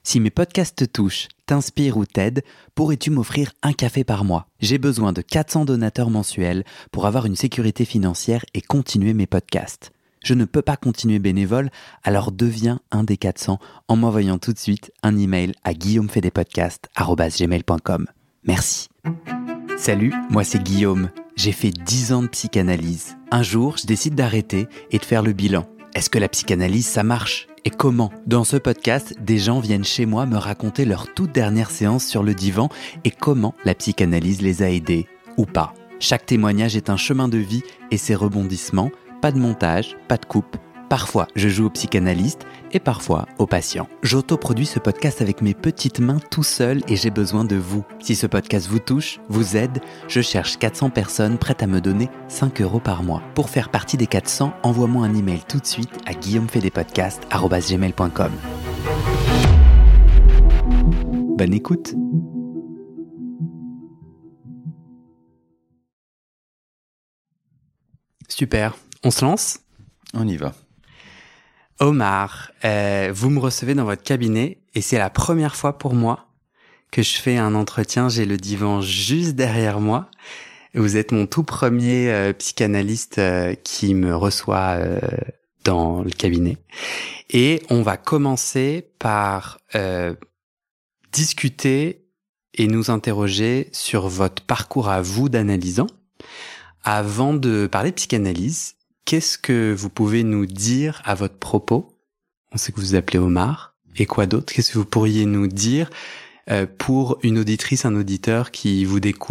Si mes podcasts te touchent, t'inspirent ou t'aident, pourrais-tu m'offrir un café par mois ? J'ai besoin de 400 donateurs mensuels pour avoir une sécurité financière et continuer mes podcasts. Je ne peux pas continuer bénévole, alors deviens un des 400 en m'envoyant tout de suite un email à guillaumefaidespodcasts@gmail.com. Merci. Salut, moi c'est Guillaume. J'ai fait 10 ans de psychanalyse. Un jour, je décide d'arrêter et de faire le bilan. Est-ce que la psychanalyse, ça marche ? Et comment ? Dans ce podcast, des gens viennent chez moi me raconter leur toute dernière séance sur le divan et comment la psychanalyse les a aidés, ou pas. Chaque témoignage est un chemin de vie et ses rebondissements, pas de montage, pas de coupe. Parfois, je joue au psychanalyste et parfois au patient. J'autoproduis ce podcast avec mes petites mains tout seul et j'ai besoin de vous. Si ce podcast vous touche, vous aide, je cherche 400 personnes prêtes à me donner 5 € par mois. Pour faire partie des 400, envoie-moi un email tout de suite à guillaumefaidespodcasts@gmail.com. Bonne écoute. Super, on se lance ? On y va. Omar, vous me recevez dans votre cabinet et c'est la première fois pour moi que je fais un entretien. J'ai le divan juste derrière moi. Vous êtes mon tout premier psychanalyste qui me reçoit dans le cabinet. Et on va commencer par discuter et nous interroger sur votre parcours à vous d'analysant. Avant de parler de psychanalyse, qu'est-ce que vous pouvez nous dire à votre propos ? On sait que vous vous appelez Omar. Et quoi d'autre ? Qu'est-ce que vous pourriez nous dire pour une auditrice, un auditeur qui vous découvre ?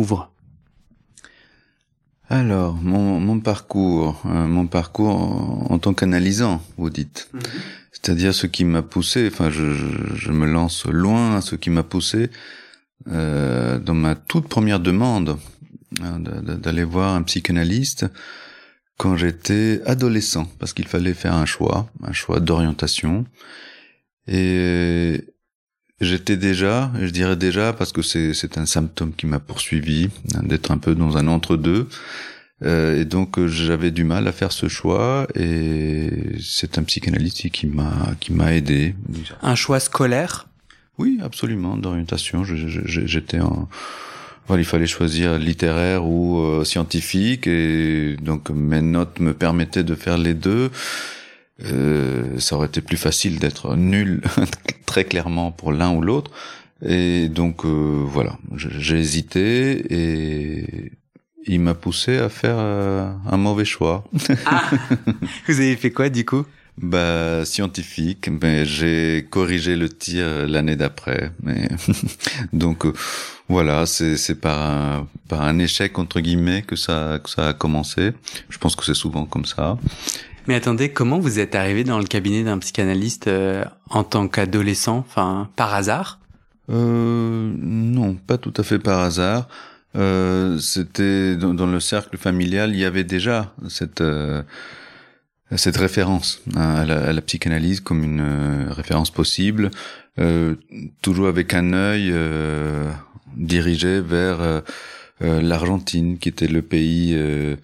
Alors, mon parcours en tant qu'analysant, vous dites. Mm-hmm. C'est-à-dire ce qui m'a poussé, enfin je me lance loin, ce qui m'a poussé dans ma toute première demande d'aller voir un psychanalyste quand j'étais adolescent, parce qu'il fallait faire un choix d'orientation. Et j'étais déjà, je dirais déjà, parce que c'est un symptôme qui m'a poursuivi, d'être un peu dans un entre-deux. Et donc j'avais du mal à faire ce choix, et c'est un psychanalyste qui m'a aidé. Un choix scolaire ? Oui, absolument, d'orientation. J'étais en... Voilà, il fallait choisir littéraire ou scientifique, et donc mes notes me permettaient de faire les deux. Ça aurait été plus facile d'être nul très clairement pour l'un ou l'autre, et donc voilà, j'ai hésité et il m'a poussé à faire un mauvais choix. Ah, vous avez fait quoi du coup ? Scientifique, mais j'ai corrigé le tir l'année d'après. Mais donc voilà, c'est par un échec entre guillemets que ça a commencé. Je pense que c'est souvent comme ça. Mais attendez, comment vous êtes arrivé dans le cabinet d'un psychanalyste en tant qu'adolescent, enfin par hasard ? Non, pas tout à fait par hasard. C'était dans le cercle familial, il y avait déjà cette référence à la psychanalyse comme une référence possible, toujours avec un œil dirigé vers l'Argentine, qui était le pays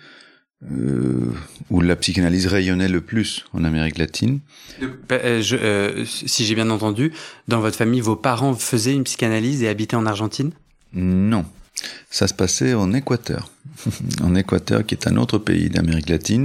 où la psychanalyse rayonnait le plus en Amérique latine. Si j'ai bien entendu, dans votre famille, vos parents faisaient une psychanalyse et habitaient en Argentine ? Non, ça se passait en Équateur. En Équateur, qui est un autre pays d'Amérique latine.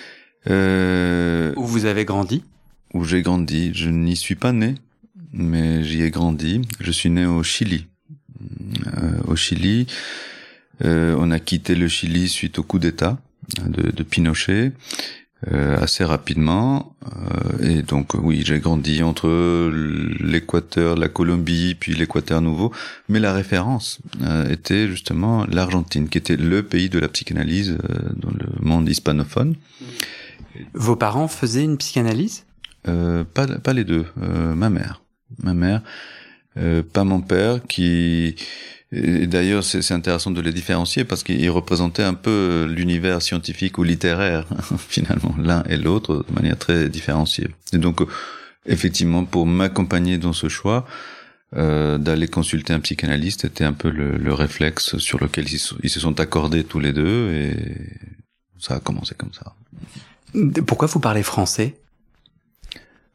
Où vous avez grandi ? Où j'ai grandi. Je n'y suis pas né, mais j'y ai grandi. Je suis né au Chili. Au Chili, on a quitté le Chili suite au coup d'État de Pinochet assez rapidement. Et donc oui, j'ai grandi entre l'Équateur, la Colombie, puis l'Équateur nouveau. Mais la référence était justement l'Argentine, qui était le pays de la psychanalyse dans le monde hispanophone. Vos parents faisaient une psychanalyse ? Pas les deux. Ma mère, pas mon père, qui... Et d'ailleurs, c'est intéressant de les différencier parce qu'ils représentaient un peu l'univers scientifique ou littéraire, finalement, l'un et l'autre, de manière très différenciée. Et donc, effectivement, pour m'accompagner dans ce choix, d'aller consulter un psychanalyste était un peu le réflexe sur lequel ils se sont accordés tous les deux, et ça a commencé comme ça. Pourquoi vous parlez français ?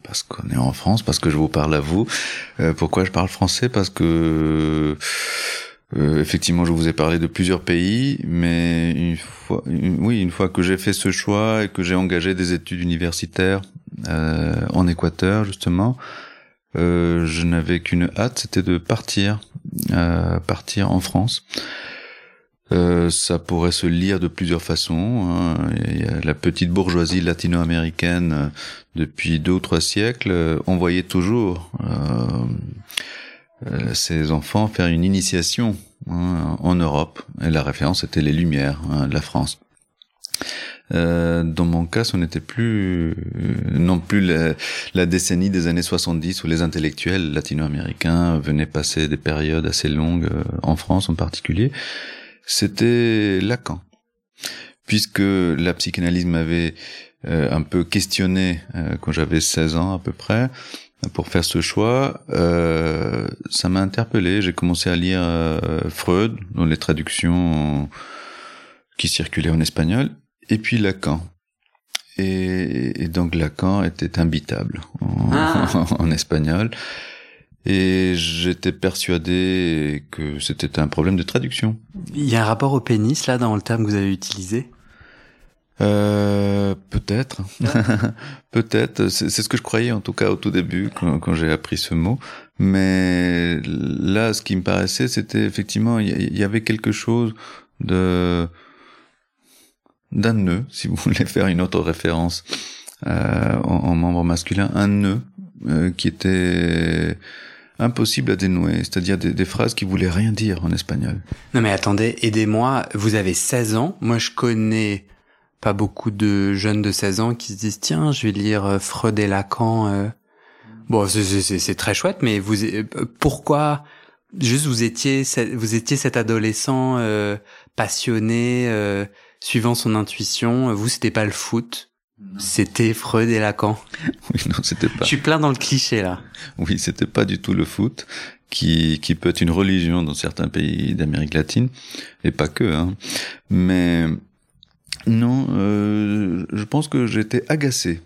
parce qu'on est en France, parce que je vous parle à vous. Pourquoi je parle français? Parce que effectivement, je vous ai parlé de plusieurs pays, mais une fois que j'ai fait ce choix et que j'ai engagé des études universitaires en Équateur, justement, je n'avais qu'une hâte, c'était de partir en France. Ça pourrait se lire de plusieurs façons, hein. Il y a la petite bourgeoisie latino-américaine depuis 2 ou 3 siècles envoyait toujours ces enfants faire une initiation, hein, en Europe, et la référence était les Lumières, hein, de la France. Dans mon cas, ce n'était plus non plus la décennie des années 70 où les intellectuels latino-américains venaient passer des périodes assez longues en France en particulier. C'était Lacan, puisque la psychanalyse m'avait un peu questionné quand j'avais 16 ans à peu près. Pour faire ce choix, ça m'a interpellé. J'ai commencé à lire Freud, dans les traductions qui circulaient en espagnol, et puis Lacan. Et donc Lacan était imbitable en espagnol. Et j'étais persuadé que c'était un problème de traduction. Il y a un rapport au pénis, là, dans le terme que vous avez utilisé? Peut-être. Peut-être. C'est ce que je croyais, en tout cas, au tout début, quand j'ai appris ce mot. Mais là, ce qui me paraissait, c'était effectivement, il y avait quelque chose d'un nœud, si vous voulez faire une autre référence en membre masculin, un nœud qui était impossible à dénouer, c'est-à-dire des phrases qui voulaient rien dire en espagnol. Non mais attendez, aidez-moi, vous avez 16 ans, moi je connais pas beaucoup de jeunes de 16 ans qui se disent tiens, je vais lire Freud et Lacan. Bon, c'est très chouette, mais pourquoi juste vous étiez cet adolescent passionné, suivant son intuition, vous c'était pas le foot? Non. C'était Freud et Lacan. Oui, non, c'était pas. Je suis plein dans le cliché, là. Oui, c'était pas du tout le foot, qui peut être une religion dans certains pays d'Amérique latine, et pas que, hein. Mais, non, je pense que j'étais agacé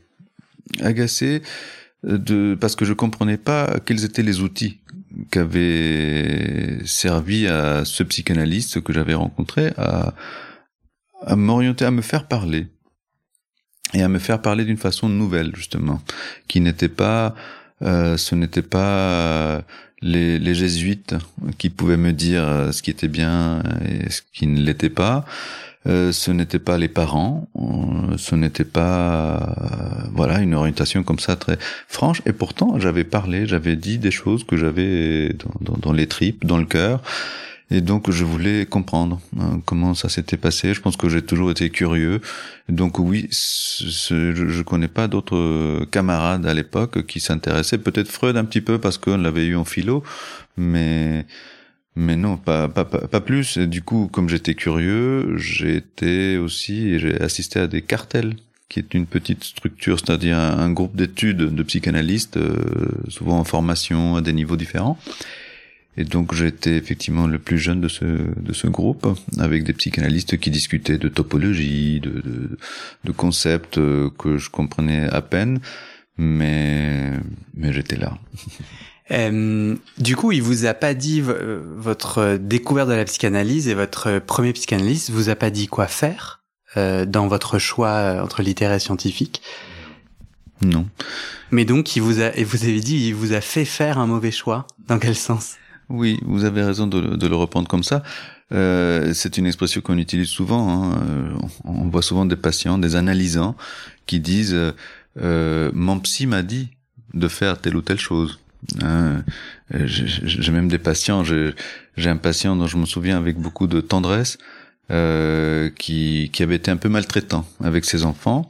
parce que je comprenais pas quels étaient les outils qu'avait servi à ce psychanalyste que j'avais rencontré à m'orienter, à me faire parler. Et à me faire parler d'une façon nouvelle, justement, qui n'était pas, ce n'était pas les jésuites qui pouvaient me dire ce qui était bien et ce qui ne l'était pas. Ce n'était pas les parents, ce n'était pas, voilà, une orientation comme ça très franche. Et pourtant, j'avais dit des choses que j'avais dans les tripes, dans le cœur. Et donc je voulais comprendre comment ça s'était passé. Je pense que j'ai toujours été curieux. Et donc oui, je connais pas d'autres camarades à l'époque qui s'intéressaient. Peut-être Freud un petit peu parce qu'on l'avait eu en philo, mais non, pas plus. Et du coup, comme j'étais curieux, j'ai assisté à des cartels, qui est une petite structure, c'est-à-dire un groupe d'études de psychanalystes, souvent en formation à des niveaux différents. Et donc j'étais effectivement le plus jeune de ce groupe, avec des psychanalystes qui discutaient de topologie, de concepts que je comprenais à peine, mais j'étais là. Du coup, il vous a pas dit votre découverte de la psychanalyse et votre premier psychanalyste vous a pas dit quoi faire dans votre choix entre littéraire et scientifique? Non. Mais donc il vous avez dit il vous a fait faire un mauvais choix. Dans quel sens? Oui, vous avez raison de le reprendre comme ça. C'est une expression qu'on utilise souvent, hein. On voit souvent des patients, des analysants, qui disent mon psy m'a dit de faire telle ou telle chose. J'ai même des patients. J'ai un patient dont je me souviens avec beaucoup de tendresse, qui avait été un peu maltraitant avec ses enfants.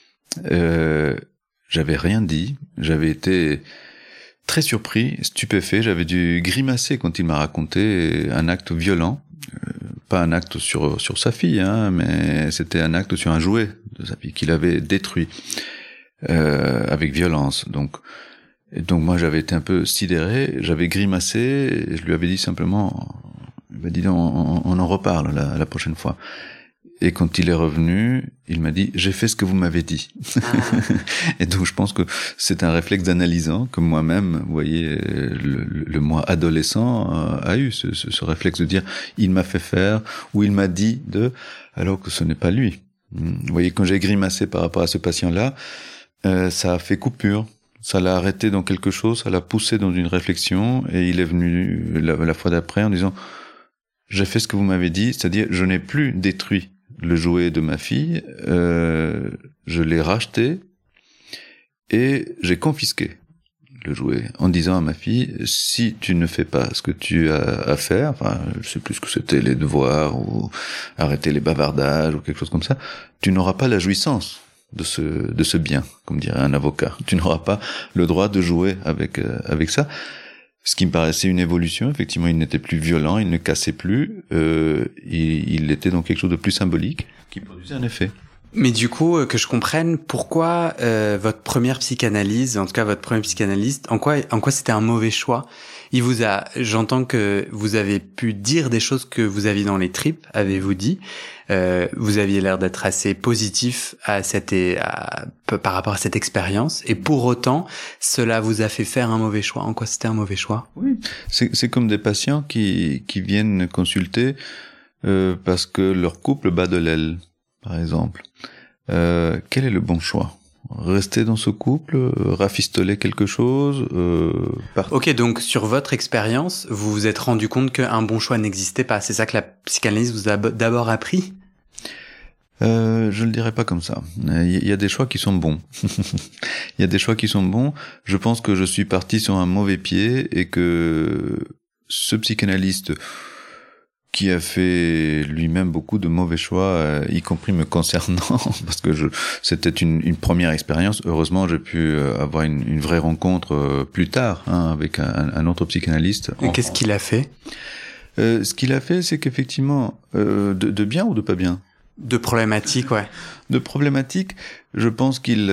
J'avais rien dit. J'avais été très surpris, stupéfait, j'avais dû grimacer quand il m'a raconté un acte violent, pas un acte sur sa fille, hein, mais c'était un acte sur un jouet de sa fille qu'il avait détruit avec violence. Donc moi j'avais été un peu sidéré, j'avais grimacé, et je lui avais dit simplement, il m'a dit on en reparle la prochaine fois. Et quand il est revenu, il m'a dit « J'ai fait ce que vous m'avez dit ». Et donc, je pense que c'est un réflexe d'analysant que moi-même, vous voyez, le moi adolescent a eu, ce réflexe de dire « Il m'a fait faire » ou « Il m'a dit de », alors que ce n'est pas lui. Vous voyez, quand j'ai grimacé par rapport à ce patient-là, ça a fait coupure. Ça l'a arrêté dans quelque chose, ça l'a poussé dans une réflexion, et il est venu la fois d'après en disant « J'ai fait ce que vous m'avez dit », c'est-à-dire je n'ai plus détruit le jouet de ma fille, je l'ai racheté et j'ai confisqué le jouet en disant à ma fille « Si tu ne fais pas ce que tu as à faire, enfin, je sais plus ce que c'était, les devoirs ou arrêter les bavardages ou quelque chose comme ça, tu n'auras pas la jouissance de ce bien, comme dirait un avocat. Tu n'auras pas le droit de jouer avec ça. » Ce qui me paraissait une évolution. Effectivement, il n'était plus violent, il ne cassait plus, il était dans quelque chose de plus symbolique qui produisait un effet. Mais du coup, que je comprenne, pourquoi votre première psychanalyse, en tout cas votre premier psychanalyste, en quoi c'était un mauvais choix? J'entends que vous avez pu dire des choses que vous aviez dans les tripes, avez-vous dit. Vous aviez l'air d'être assez positif par rapport à cette expérience, et pour autant, cela vous a fait faire un mauvais choix. En quoi c'était un mauvais choix? Oui, c'est comme des patients qui viennent consulter parce que leur couple bat de l'aile, par exemple. Quel est le bon choix? Rester dans ce couple, rafistoler quelque chose, Ok, donc sur votre expérience, vous vous êtes rendu compte qu'un bon choix n'existait pas. C'est ça que la psychanalyse vous a d'abord appris? Je le dirais pas comme ça. Il y a des choix qui sont bons. Il y a des choix qui sont bons. Je pense que je suis parti sur un mauvais pied et que ce psychanalyste qui a fait lui-même beaucoup de mauvais choix, y compris me concernant, parce que c'était une première expérience. Heureusement, j'ai pu avoir une vraie rencontre plus tard, avec un autre psychanalyste. Et qu'est-ce qu'il a fait? Ce qu'il a fait, c'est qu'effectivement, de bien ou de pas bien? De problématique, ouais. De problématique, je pense qu'il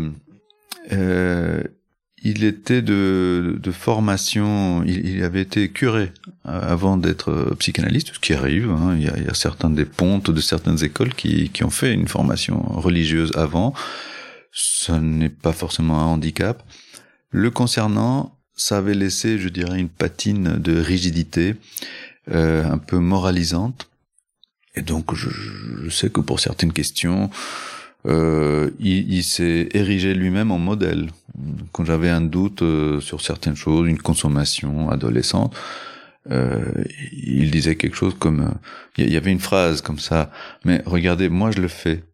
était de formation, il avait été curé avant d'être psychanalyste, ce qui arrive. Il y a certains des pontes de certaines écoles qui ont fait une formation religieuse avant. Ça n'est pas forcément un handicap. Le concernant, ça avait laissé, je dirais, une patine de rigidité, un peu moralisante. Et donc, je sais que pour certaines questions, il s'est érigé lui-même en modèle. Quand j'avais un doute sur certaines choses, une consommation adolescente, il disait quelque chose comme... il y avait une phrase comme ça, mais regardez, moi je le fais.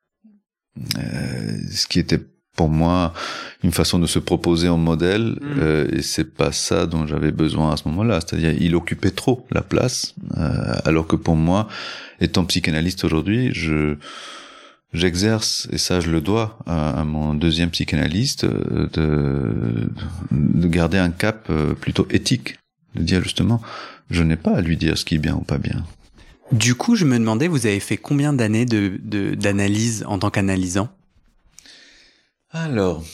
Ce qui était pour moi une façon de se proposer en modèle, et c'est pas ça dont j'avais besoin à ce moment-là. C'est-à-dire, il occupait trop la place, alors que pour moi, étant psychanalyste aujourd'hui, j'exerce, et ça je le dois à mon deuxième psychanalyste, de garder un cap plutôt éthique, de dire justement, je n'ai pas à lui dire ce qui est bien ou pas bien. Du coup, je me demandais, vous avez fait combien d'années d'analyse en tant qu'analysant? Alors,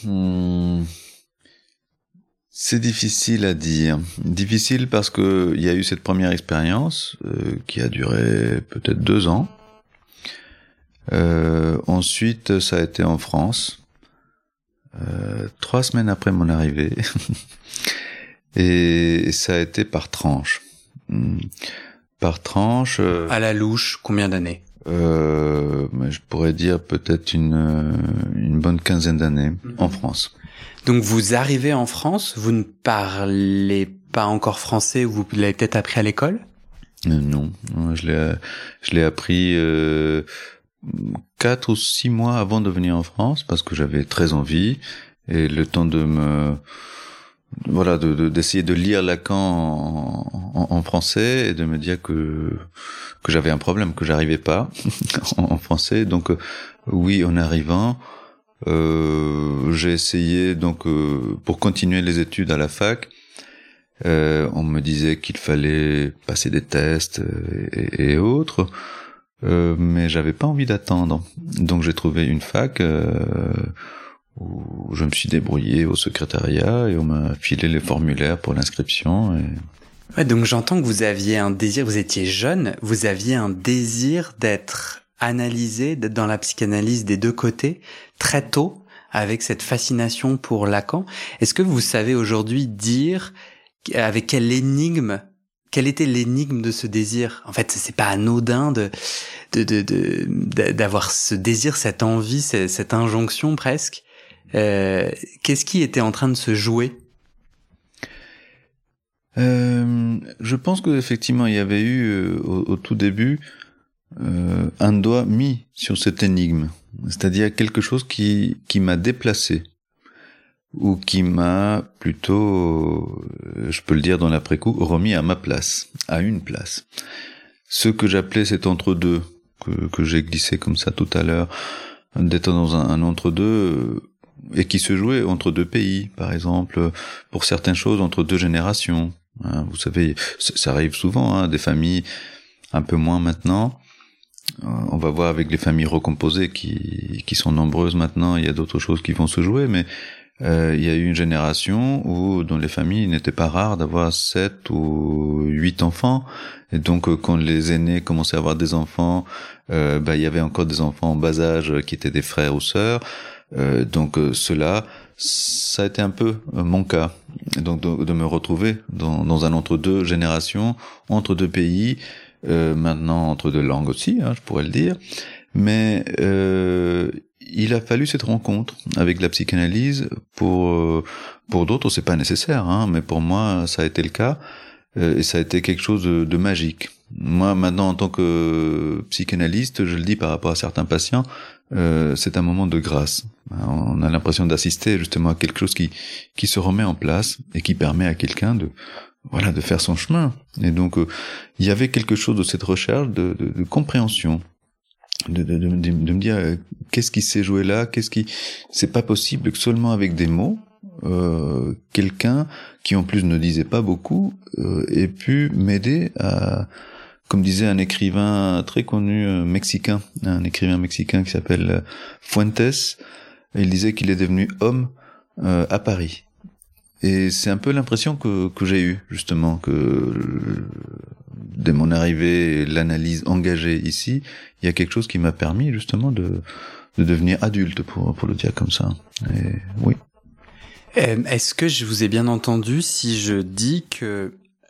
c'est difficile à dire. Difficile parce que il y a eu cette première expérience qui a duré peut-être 2 ans. Ensuite, ça a été en France, 3 semaines après mon arrivée, et ça a été par tranche. Par tranche. À la louche, combien d'années? Mais je pourrais dire peut-être une bonne quinzaine d'années en France. Donc vous arrivez en France, vous ne parlez pas encore français, vous l'avez peut-être appris à l'école? Non, je l'ai appris 4 ou 6 mois avant de venir en France, parce que j'avais très envie, et le temps d'essayer de lire Lacan en français, et de me dire que j'avais un problème, que j'arrivais pas en français. Donc oui, en arrivant, j'ai essayé donc pour continuer les études à la fac. On me disait qu'il fallait passer des tests et autres, mais j'avais pas envie d'attendre. Donc j'ai trouvé une fac où je me suis débrouillé au secrétariat et on m'a filé les formulaires pour l'inscription. Ouais, donc j'entends que vous aviez un désir, vous étiez jeune, vous aviez un désir d'être analyser, d'être dans la psychanalyse des deux côtés, très tôt, avec cette fascination pour Lacan. Est-ce que vous savez aujourd'hui dire avec quelle était l'énigme de ce désir? En fait, c'est pas anodin d'avoir ce désir, cette envie, cette injonction presque. Qu'est-ce qui était en train de se jouer? Je pense que effectivement il y avait eu au tout début un doigt mis sur cette énigme, c'est-à-dire quelque chose qui m'a déplacé ou qui m'a plutôt, je peux le dire dans l'après-coup, remis à ma place, à une place. Ce que j'appelais cet entre-deux que j'ai glissé comme ça tout à l'heure, d'être dans un entre-deux et qui se jouait entre deux pays, par exemple, pour certaines choses entre deux générations. Vous savez, ça arrive souvent, des familles un peu moins maintenant. On va voir avec les familles recomposées qui sont nombreuses maintenant, il y a d'autres choses qui vont se jouer, mais il y a eu une génération où dans les familles il n'était pas rare d'avoir 7 ou 8 enfants, et donc quand les aînés commençaient à avoir des enfants, il y avait encore des enfants en bas âge qui étaient des frères ou sœurs, donc cela, ça a été un peu mon cas, donc de me retrouver dans un entre-deux générations, entre deux pays, maintenant entre deux langues aussi, je pourrais le dire, mais il a fallu cette rencontre avec la psychanalyse. Pour d'autres c'est pas nécessaire, mais pour moi ça a été le cas, et ça a été quelque chose de magique. Moi maintenant en tant que psychanalyste, je le dis par rapport à certains patients, c'est un moment de grâce. On a l'impression d'assister justement à quelque chose qui se remet en place et qui permet à quelqu'un de faire son chemin. Et donc il y avait quelque chose de cette recherche de compréhension, de me dire qu'est-ce qui s'est joué là, c'est pas possible que seulement avec des mots quelqu'un qui en plus ne disait pas beaucoup ait pu m'aider à, comme disait un écrivain très connu mexicain, un écrivain mexicain qui s'appelle Fuentes, il disait qu'il est devenu homme à Paris. Et c'est un peu l'impression que j'ai eue, justement, que dès mon arrivée et l'analyse engagée ici, il y a quelque chose qui m'a permis justement de devenir adulte, pour le dire comme ça. Et oui. Est-ce que je vous ai bien entendu si je dis que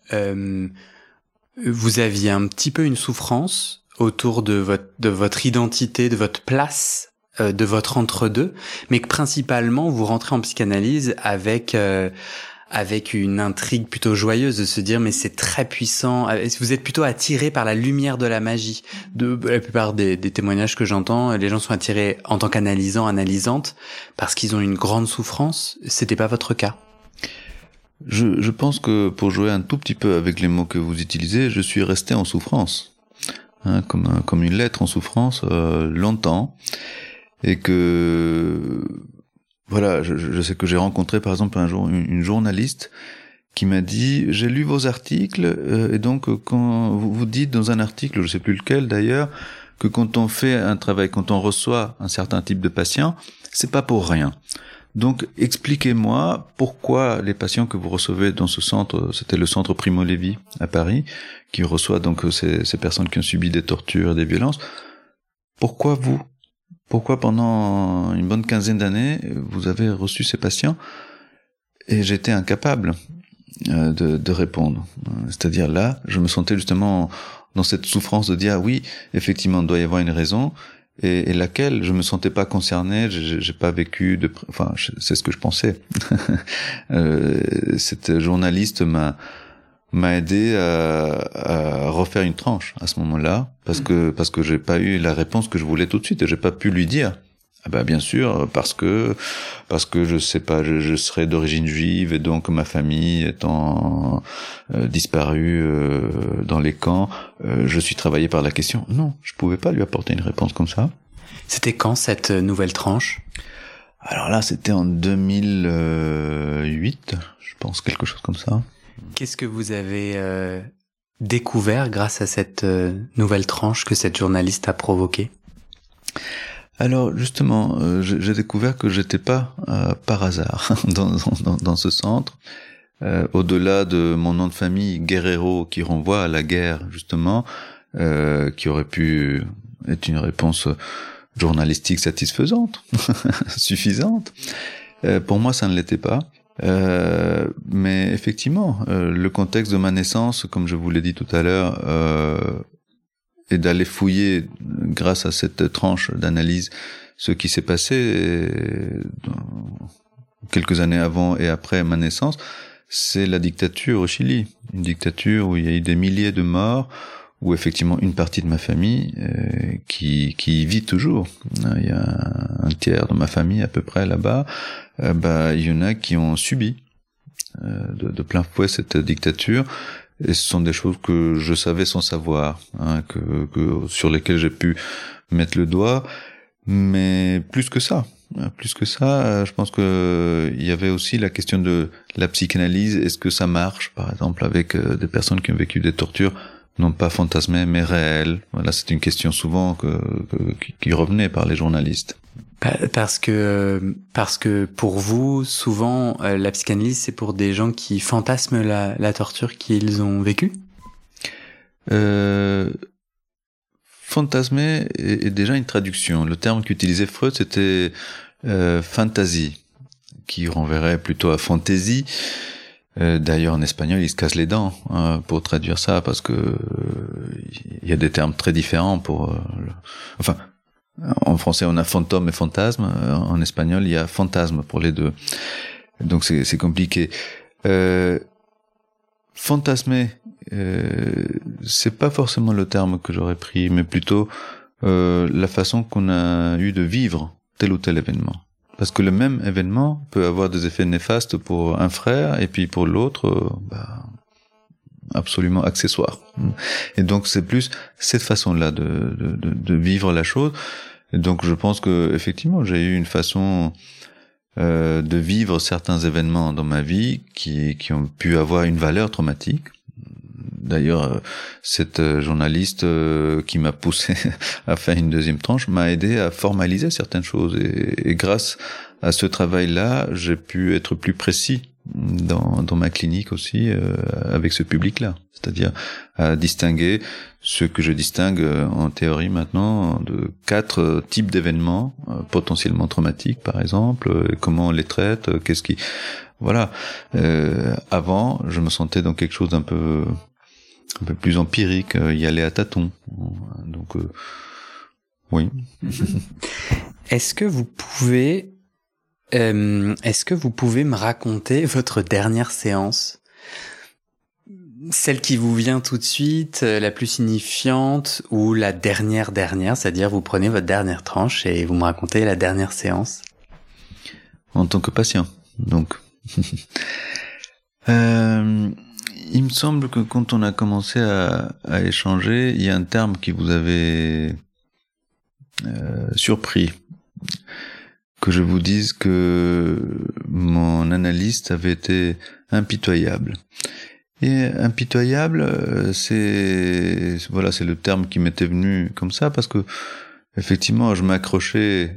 vous aviez un petit peu une souffrance autour de votre identité, de votre place, de votre entre-deux, mais que principalement vous rentrez en psychanalyse avec une intrigue plutôt joyeuse de se dire mais c'est très puissant. Vous êtes plutôt attiré par la lumière de la magie. De la plupart des témoignages que j'entends, les gens sont attirés en tant qu'analysante parce qu'ils ont une grande souffrance. C'était pas votre cas? Je pense que pour jouer un tout petit peu avec les mots que vous utilisez, je suis resté en souffrance, comme une lettre en souffrance longtemps. Et que voilà, je sais que j'ai rencontré par exemple un jour une journaliste qui m'a dit j'ai lu vos articles et donc quand vous dites dans un article, je sais plus lequel d'ailleurs, que quand on fait un travail, quand on reçoit un certain type de patient, c'est pas pour rien. Donc expliquez-moi pourquoi les patients que vous recevez dans ce centre, c'était le centre Primo Levi à Paris, qui reçoit donc ces personnes qui ont subi des tortures, des violences, pourquoi pendant une bonne quinzaine d'années, vous avez reçu ces patients? Et j'étais incapable de répondre. C'est-à-dire là, je me sentais justement dans cette souffrance de dire oui, effectivement, il doit y avoir une raison, et laquelle je me sentais pas concerné, j'ai pas vécu c'est ce que je pensais. Cette journaliste m'a aidé à refaire une tranche à ce moment-là, parce que j'ai pas eu la réponse que je voulais tout de suite, et j'ai pas pu lui dire bien sûr parce que je sais pas, je serais d'origine juive et donc ma famille étant disparue dans les camps, je suis travaillé par la question. Non, je pouvais pas lui apporter une réponse comme ça. C'était quand cette nouvelle tranche? Alors là, c'était en 2008, je pense, quelque chose comme ça. Qu'est-ce que vous avez découvert grâce à cette nouvelle tranche que cette journaliste a provoquée? Alors justement, j'ai découvert que j'étais pas par hasard dans ce centre. Au-delà de mon nom de famille Guerrero, qui renvoie à la guerre justement, qui aurait pu est une réponse journalistique satisfaisante, suffisante. Pour moi, ça ne l'était pas. Mais effectivement, le contexte de ma naissance, comme je vous l'ai dit tout à l'heure, et d'aller fouiller, grâce à cette tranche d'analyse, ce qui s'est passé quelques années avant et après ma naissance, c'est la dictature au Chili. Une dictature où il y a eu des milliers de morts, où effectivement une partie de ma famille qui y vit toujours. Il y a un tiers de ma famille à peu près là-bas. Il y en a qui ont subi de plein fouet cette dictature. Et ce sont des choses que je savais sans savoir, sur lesquelles j'ai pu mettre le doigt. Mais plus que ça, je pense que il y avait aussi la question de la psychanalyse. Est-ce que ça marche, par exemple, avec des personnes qui ont vécu des tortures, non pas fantasmées, mais réelles? Voilà, c'est une question souvent qui revenait par les journalistes. Parce que pour vous, souvent, la psychanalyse, c'est pour des gens qui fantasment la torture qu'ils ont vécue? Fantasmer est déjà une traduction. Le terme qu'utilisait Freud, c'était fantasy, qui renverrait plutôt à fantaisie. D'ailleurs, en espagnol, il se casse les dents pour traduire ça, parce que il y a des termes très différents pour. En français, on a fantôme et fantasme. En espagnol, il y a fantasme pour les deux. Donc c'est compliqué. Fantasmer, c'est pas forcément le terme que j'aurais pris, mais plutôt la façon qu'on a eu de vivre tel ou tel événement. Parce que le même événement peut avoir des effets néfastes pour un frère, et puis pour l'autre, absolument accessoire. Et donc c'est plus cette façon-là de vivre la chose. Et donc je pense que effectivement j'ai eu une façon de vivre certains événements dans ma vie qui ont pu avoir une valeur traumatique. D'ailleurs, cette journaliste qui m'a poussé à faire une deuxième tranche m'a aidé à formaliser certaines choses. Et grâce à ce travail-là, j'ai pu être plus précis dans ma clinique aussi avec ce public-là. C'est-à-dire à distinguer ce que je distingue en théorie maintenant de 4 types d'événements potentiellement traumatiques, par exemple, comment on les traite, voilà. Avant, je me sentais dans quelque chose d'un peu plus empirique, y aller à tâtons. Donc, oui. Est-ce que vous pouvez me raconter votre dernière séance? Celle qui vous vient tout de suite, la plus signifiante, ou la dernière, c'est-à-dire vous prenez votre dernière tranche et vous me racontez la dernière séance. En tant que patient, donc. Il me semble que quand on a commencé à échanger, il y a un terme qui vous avait surpris. Que je vous dise que mon analyste avait été impitoyable. Et impitoyable, c'est le terme qui m'était venu comme ça, parce que effectivement, je m'accrochais,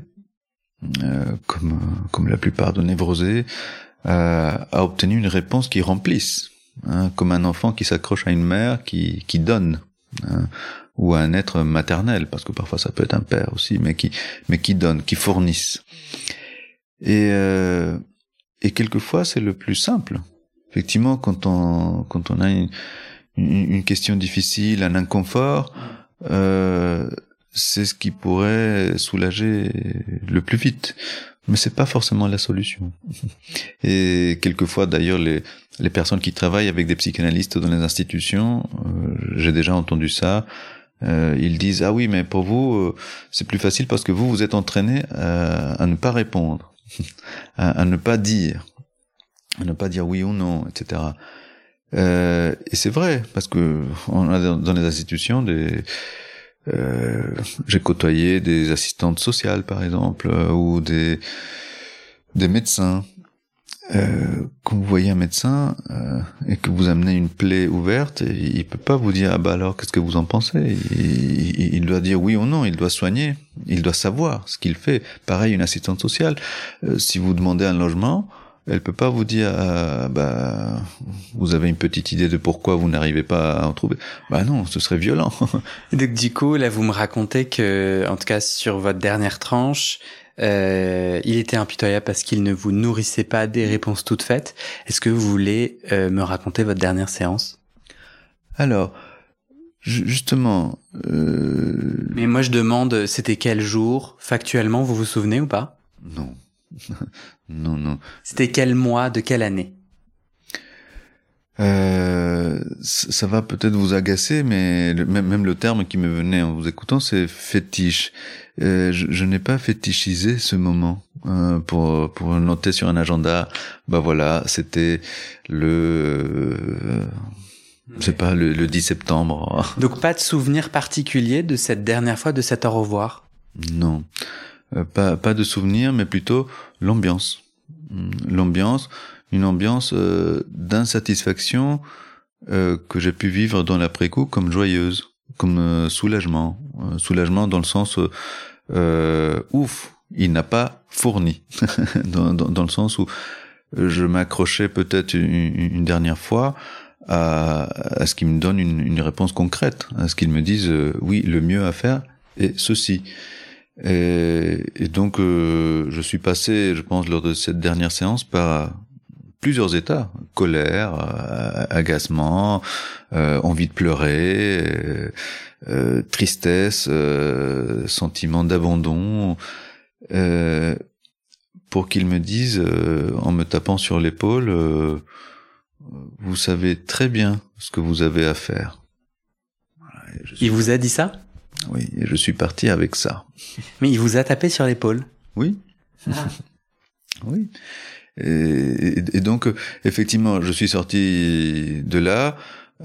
comme la plupart de névrosés, à obtenir une réponse qui remplisse, comme un enfant qui s'accroche à une mère qui donne, ou à un être maternel, parce que parfois ça peut être un père aussi, mais qui donne, qui fournisse. Et quelquefois c'est le plus simple. Effectivement, quand on a une question difficile, un inconfort, c'est ce qui pourrait soulager le plus vite. Mais c'est pas forcément la solution. Et quelquefois, d'ailleurs, les personnes qui travaillent avec des psychanalystes dans les institutions, j'ai déjà entendu ça, ils disent « Ah oui, mais pour vous, c'est plus facile parce que vous êtes entraîné à ne pas répondre, à ne pas dire oui ou non, etc. » Et c'est vrai, parce que on a dans les institutions j'ai côtoyé des assistantes sociales, par exemple, ou des médecins. Quand vous voyez un médecin et que vous amenez une plaie ouverte, il peut pas vous dire « Ah bah alors, qu'est-ce que vous en pensez ?» Il doit dire oui ou non, il doit soigner, il doit savoir ce qu'il fait. Pareil, une assistante sociale, si vous demandez un logement, Elle peut pas vous dire vous avez une petite idée de pourquoi vous n'arrivez pas à en trouver. Bah non, ce serait violent. Donc du coup, là, vous me racontez que, en tout cas, sur votre dernière tranche, il était impitoyable parce qu'il ne vous nourrissait pas des réponses toutes faites. Est-ce que vous voulez me raconter votre dernière séance? Alors, justement... Mais moi, je demande, c'était quel jour? Factuellement, vous vous souvenez ou pas? Non. Non. C'était quel mois, de quelle année? Ça va peut-être vous agacer, mais même le terme qui me venait en vous écoutant, c'est fétiche. Je n'ai pas fétichisé ce moment pour noter sur un agenda. Bah voilà, c'était le 10 septembre. Donc pas de souvenir particulier de cette dernière fois, de cet au revoir? Non, pas de souvenir, mais plutôt l'ambiance. Une ambiance d'insatisfaction que j'ai pu vivre dans l'après-coup comme joyeuse, comme soulagement. Soulagement dans le sens ouf, il n'a pas fourni. dans le sens où je m'accrochais peut-être une dernière fois à ce qu'il me donne une réponse concrète, à ce qu'il me dise oui, le mieux à faire est ceci. Et donc je suis passé, je pense, lors de cette dernière séance par plusieurs états: colère, agacement, envie de pleurer, tristesse, sentiment d'abandon, pour qu'il me dise, en me tapant sur l'épaule, vous savez très bien ce que vous avez à faire. Voilà, Il vous a dit ça? Oui, et je suis parti avec ça. Mais il vous a tapé sur l'épaule? Oui. Ah. Oui. Et donc, effectivement, je suis sorti de là,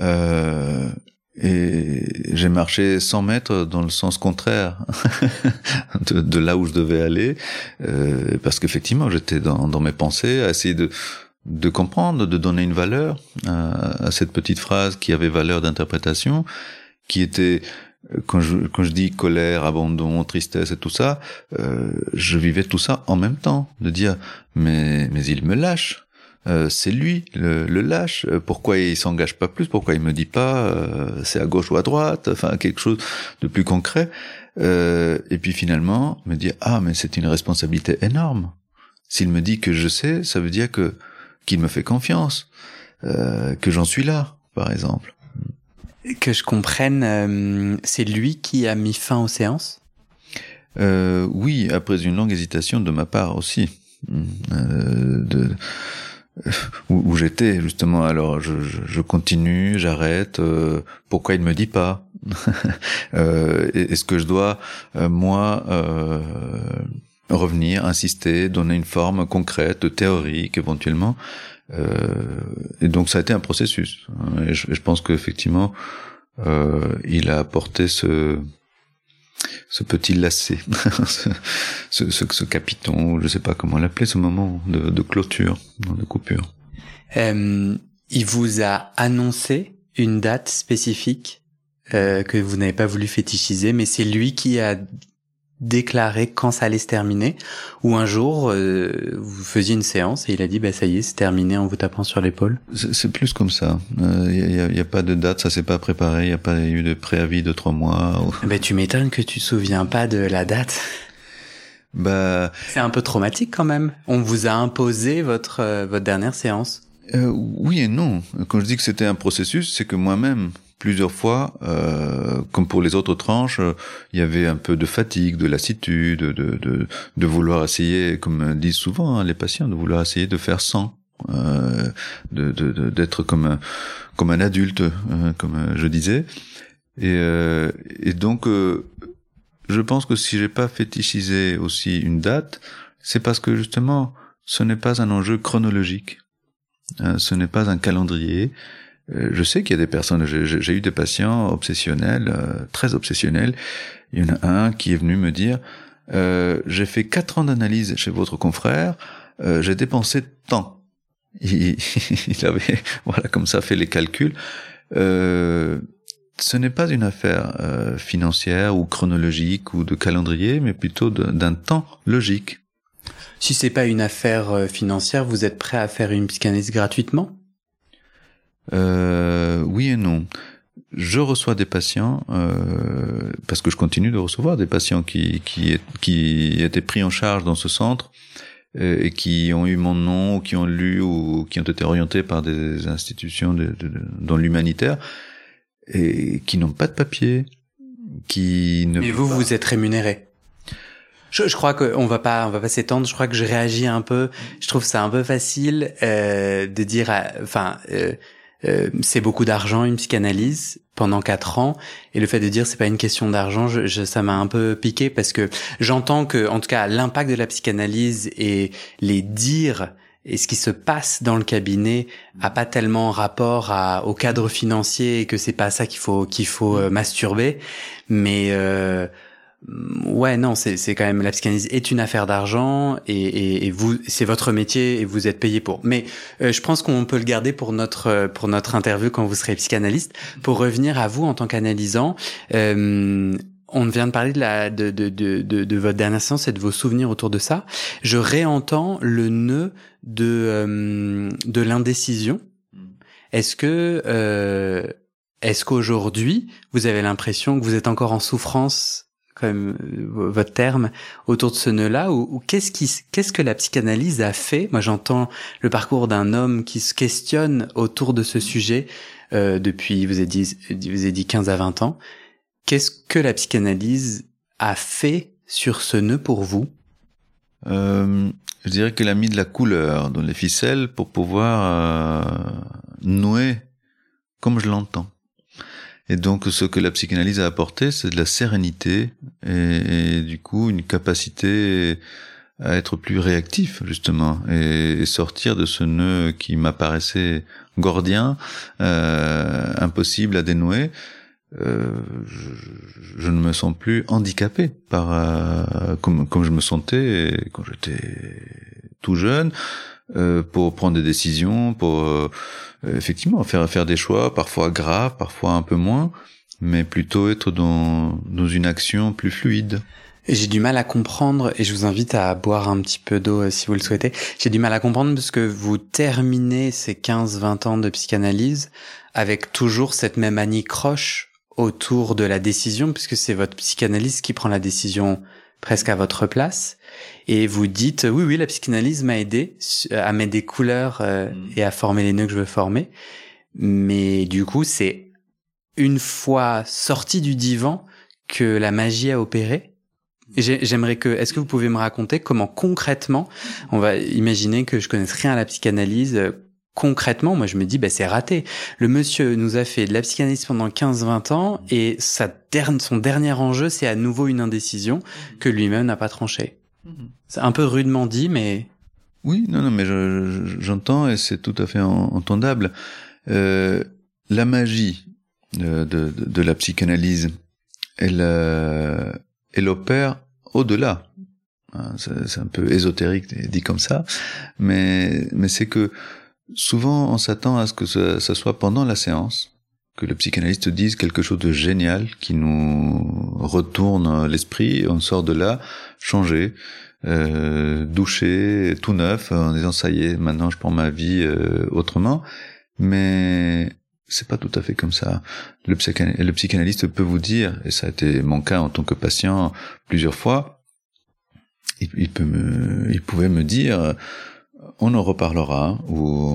et j'ai marché 100 mètres dans le sens contraire de là où je devais aller, parce qu'effectivement, j'étais dans mes pensées, à essayer de comprendre, de donner une valeur à cette petite phrase qui avait valeur d'interprétation, qui était... Quand je dis colère, abandon, tristesse et tout ça, je vivais tout ça en même temps, de dire mais il me lâche, c'est lui le lâche, pourquoi il s'engage pas plus, pourquoi il me dit pas c'est à gauche ou à droite, enfin quelque chose de plus concret, et puis finalement me dire mais c'est une responsabilité énorme. S'il me dit que je sais, ça veut dire qu'il me fait confiance, que j'en suis là, par exemple. Que je comprenne, c'est lui qui a mis fin aux séances? Oui, après une longue hésitation de ma part aussi, où j'étais justement. Alors je continue, j'arrête. Pourquoi il me dit pas? Est-ce que je dois moi revenir, insister, donner une forme concrète, théorique éventuellement? Et donc ça a été un processus. Et je pense qu'effectivement, il a apporté ce petit lacet, ce capiton, je sais pas comment l'appeler, ce moment de clôture, de coupure. Il vous a annoncé une date spécifique que vous n'avez pas voulu fétichiser, mais c'est lui qui a déclaré quand ça allait se terminer, ou un jour vous faisiez une séance et il a dit ça y est, c'est terminé, en vous tapant sur l'épaule? C'est plus comme ça. Y a pas de date, ça s'est pas préparé, y a pas eu de préavis de 3 mois. Tu m'étonnes que tu te souviens pas de la date. C'est un peu traumatique quand même. On vous a imposé votre dernière séance. Oui et non. Quand je dis que c'était un processus, c'est que moi-même, plusieurs fois, comme pour les autres tranches, il y avait un peu de fatigue, de lassitude, de vouloir essayer, comme disent souvent les patients, de vouloir essayer de faire sans, d'être comme un adulte, comme je disais. Et donc, je pense que si j'ai pas fétichisé aussi une date, c'est parce que justement, ce n'est pas un enjeu chronologique, ce n'est pas un calendrier. Je sais qu'il y a des personnes, j'ai eu des patients obsessionnels, très obsessionnels. Il y en a un qui est venu me dire j'ai fait 4 ans d'analyse chez votre confrère, j'ai dépensé tant. Il avait comme ça fait les calculs. Ce n'est pas une affaire financière ou chronologique ou de calendrier, mais plutôt d'un temps logique. Si c'est pas une affaire financière, vous êtes prêt à faire une psychanalyse gratuitement? Oui et non. Je reçois des patients, parce que je continue de recevoir des patients qui étaient pris en charge dans ce centre et qui ont eu mon nom, ou qui ont lu, ou qui ont été orientés par des institutions dans l'humanitaire, et qui n'ont pas de papier, qui ne... Mais vous êtes rémunéré? Je crois qu'on va pas s'étendre. Je crois que je réagis un peu. Je trouve ça un peu facile de dire, c'est beaucoup d'argent une psychanalyse pendant 4 ans, et le fait de dire c'est pas une question d'argent, ça m'a un peu piqué, parce que j'entends que, en tout cas, l'impact de la psychanalyse et les dires et ce qui se passe dans le cabinet a pas tellement rapport au cadre financier, et que c'est pas ça qu'il faut masturber, mais ouais, non, c'est quand même, la psychanalyse est une affaire d'argent, et vous, c'est votre métier et vous êtes payé pour. Mais je pense qu'on peut le garder pour notre interview quand vous serez psychanalyste. Pour revenir à vous en tant qu'analysant, on vient de parler de votre dernière séance et de vos souvenirs autour de ça. Je réentends le nœud de l'indécision. Est-ce qu'aujourd'hui vous avez l'impression que vous êtes encore en souffrance, comme votre terme, autour de ce nœud-là, ou qu'est-ce que la psychanalyse a fait? Moi, j'entends le parcours d'un homme qui se questionne autour de ce sujet depuis, vous avez dit 15 à 20 ans. Qu'est-ce que la psychanalyse a fait sur ce nœud pour vous? Je dirais qu'elle a mis de la couleur dans les ficelles pour pouvoir nouer comme je l'entends. Et donc, ce que la psychanalyse a apporté, c'est de la sérénité et du coup, une capacité à être plus réactif, justement, et sortir de ce nœud qui m'apparaissait gordien, impossible à dénouer. Je ne me sens plus handicapé comme je me sentais quand j'étais tout jeune, pour prendre des décisions, pour effectivement faire des choix, parfois graves, parfois un peu moins, mais plutôt être dans une action plus fluide. Et j'ai du mal à comprendre, et je vous invite à boire un petit peu d'eau si vous le souhaitez. J'ai du mal à comprendre parce que vous terminez ces 15-20 ans de psychanalyse avec toujours cette même anicroche autour de la décision, puisque c'est votre psychanalyste qui prend la décision presque à votre place, et vous dites oui, la psychanalyse m'a aidé à mettre des couleurs et à former les nœuds que je veux former, mais du coup c'est une fois sorti du divan que la magie a opéré. Et est-ce que vous pouvez me raconter comment concrètement, on va imaginer que je connaisse rien à la psychanalyse, concrètement, moi je me dis c'est raté. Le monsieur nous a fait de la psychanalyse pendant 15-20 ans, et son dernier enjeu, c'est à nouveau une indécision que lui-même n'a pas tranchée. C'est un peu rudement dit, mais... Oui, non, mais j'entends, et c'est tout à fait entendable. La magie de la psychanalyse, elle opère au-delà. C'est un peu ésotérique dit comme ça, mais c'est que souvent, on s'attend à ce que ça soit pendant la séance, que le psychanalyste dise quelque chose de génial qui nous retourne l'esprit, et on sort de là changé, douché, tout neuf, en disant ça y est, maintenant je prends ma vie autrement. Mais c'est pas tout à fait comme ça. Le psychanalyste peut vous dire, et ça a été mon cas en tant que patient plusieurs fois, il pouvait me dire, on en reparlera, ou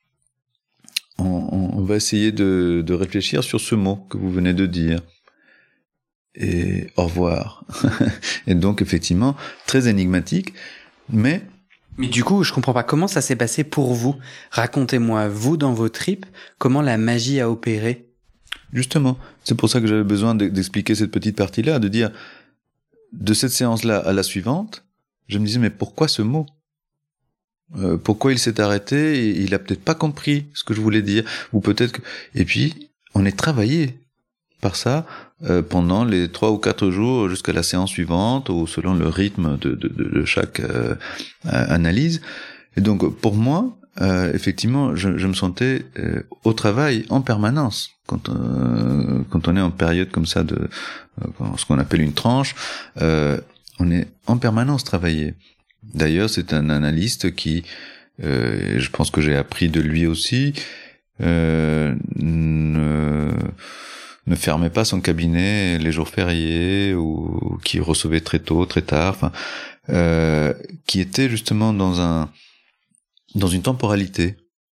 on va essayer de réfléchir sur ce mot que vous venez de dire, et au revoir. Et donc effectivement très énigmatique, mais du coup je comprends pas comment ça s'est passé pour vous. Racontez-moi, vous, dans vos tripes, comment la magie a opéré. Justement, c'est pour ça que j'avais besoin d'expliquer cette petite partie-là, de dire, de cette séance-là à la suivante, je me disais, mais pourquoi ce mot? Pourquoi il s'est arrêté? Il a peut-être pas compris ce que je voulais dire, ou peut-être que... Et puis, on est travaillé par ça pendant les 3 ou 4 jours jusqu'à la séance suivante, ou selon le rythme de chaque analyse. Et donc, pour moi, effectivement, je me sentais au travail en permanence. Quand on est en période comme ça ce qu'on appelle une tranche, on est en permanence travaillé. D'ailleurs, c'est un analyste qui, je pense que j'ai appris de lui aussi, ne fermait pas son cabinet les jours fériés ou qui recevait très tôt, très tard, enfin, qui était justement dans une temporalité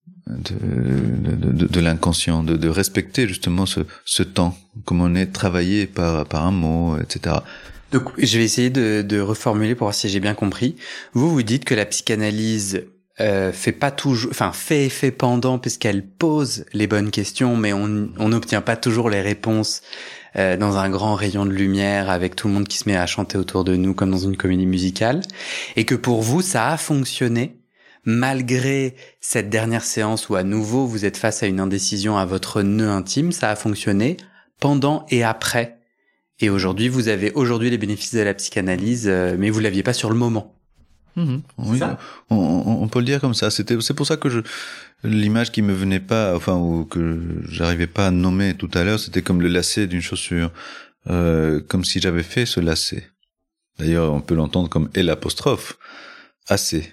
de l'inconscient, de respecter justement ce temps, comme on est travaillé par un mot, etc. Donc, je vais essayer de reformuler pour voir si j'ai bien compris. Vous dites que la psychanalyse fait pas toujours, enfin fait effet pendant puisqu'elle pose les bonnes questions, mais on n'obtient pas toujours les réponses dans un grand rayon de lumière avec tout le monde qui se met à chanter autour de nous comme dans une comédie musicale, et que pour vous ça a fonctionné malgré cette dernière séance où à nouveau vous êtes face à une indécision à votre nœud intime. Ça a fonctionné pendant et après, et aujourd'hui vous avez les bénéfices de la psychanalyse, mais vous l'aviez pas sur le moment. Oui, on peut le dire comme ça. C'est pour ça que l'image qui me venait pas, enfin, ou que j'arrivais pas à nommer tout à l'heure, c'était comme le lacet d'une chaussure, comme si j'avais fait ce lacet. D'ailleurs, on peut l'entendre comme l'apostrophe, assez,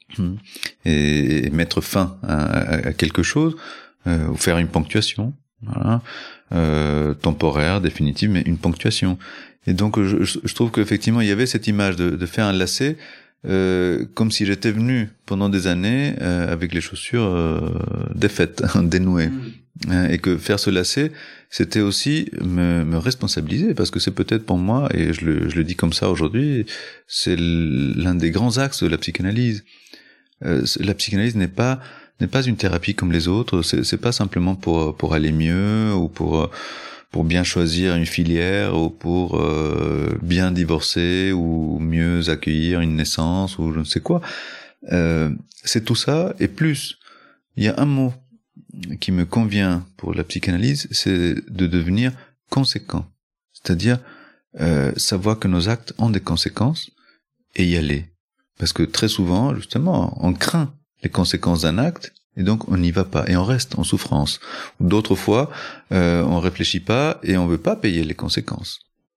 et mettre fin à quelque chose, ou faire une ponctuation, voilà, temporaire, définitive, mais une ponctuation. Et donc, je trouve qu'effectivement, il y avait cette image de faire un lacet. Comme si j'étais venu pendant des années avec les chaussures défaites, dénouées, et que faire ce lacet, c'était aussi me responsabiliser, parce que c'est peut-être pour moi, et je le dis comme ça aujourd'hui, c'est l'un des grands axes de la psychanalyse. La psychanalyse n'est pas une thérapie comme les autres. C'est pas simplement pour aller mieux ou pour bien choisir une filière ou pour bien divorcer ou mieux accueillir une naissance ou je ne sais quoi. C'est tout ça et plus. Il y a un mot qui me convient pour la psychanalyse, c'est de devenir conséquent. C'est-à-dire savoir que nos actes ont des conséquences et y aller. Parce que très souvent, justement, on craint les conséquences d'un acte et donc on n'y va pas et on reste en souffrance. D'autres fois, on réfléchit pas et on veut pas payer les conséquences.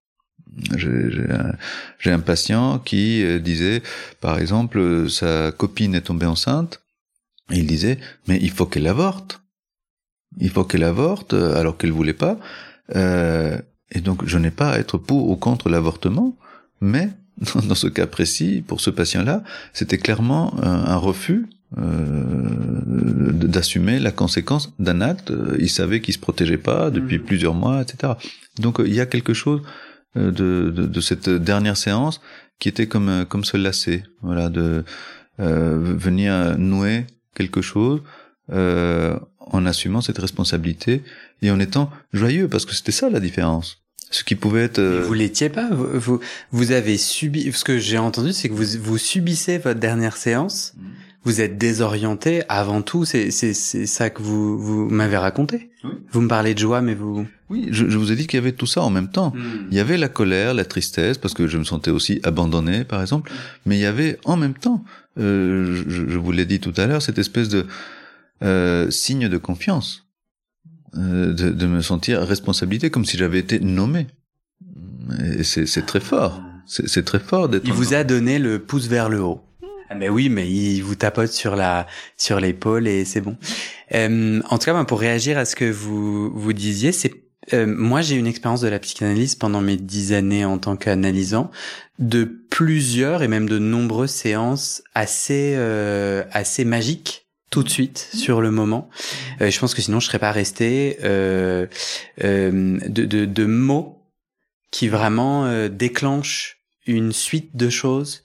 J'ai un patient qui disait, par exemple, sa copine est tombée enceinte et il disait, mais il faut qu'elle avorte. Il faut qu'elle avorte alors qu'elle voulait pas. Et donc je n'ai pas à être pour ou contre l'avortement, mais dans ce cas précis, pour ce patient-là, c'était clairement un refus d'assumer la conséquence d'un acte. Il savait qu'il se protégeait pas depuis plusieurs mois, etc. Donc il y a quelque chose de cette dernière séance qui était comme ce lacet, voilà, de venir nouer quelque chose en assumant cette responsabilité et en étant joyeux, parce que c'était ça la différence. Ce qui pouvait être... Vous l'étiez pas, vous avez subi... Ce que j'ai entendu, c'est que vous subissez votre dernière séance, vous êtes désorienté avant tout, c'est ça que vous m'avez raconté. Oui. Vous me parlez de joie, mais vous... Oui, je vous ai dit qu'il y avait tout ça en même temps. Il y avait la colère, la tristesse, parce que je me sentais aussi abandonné, par exemple, mais il y avait en même temps, je vous l'ai dit tout à l'heure, cette espèce de signe de confiance. De me sentir responsabilité, comme si j'avais été nommé. Et c'est très fort. C'est très fort d'être... Il vous a donné le pouce vers le haut. Ah ben oui, mais il vous tapote sur l'épaule et c'est bon. En tout cas, pour réagir à ce que vous disiez, c'est moi j'ai une expérience de la psychanalyse pendant mes 10 années en tant qu'analysant, de plusieurs et même de nombreuses séances assez magiques. Tout de suite, sur le moment. Je pense que sinon je serais pas resté de mots qui vraiment déclenchent une suite de choses,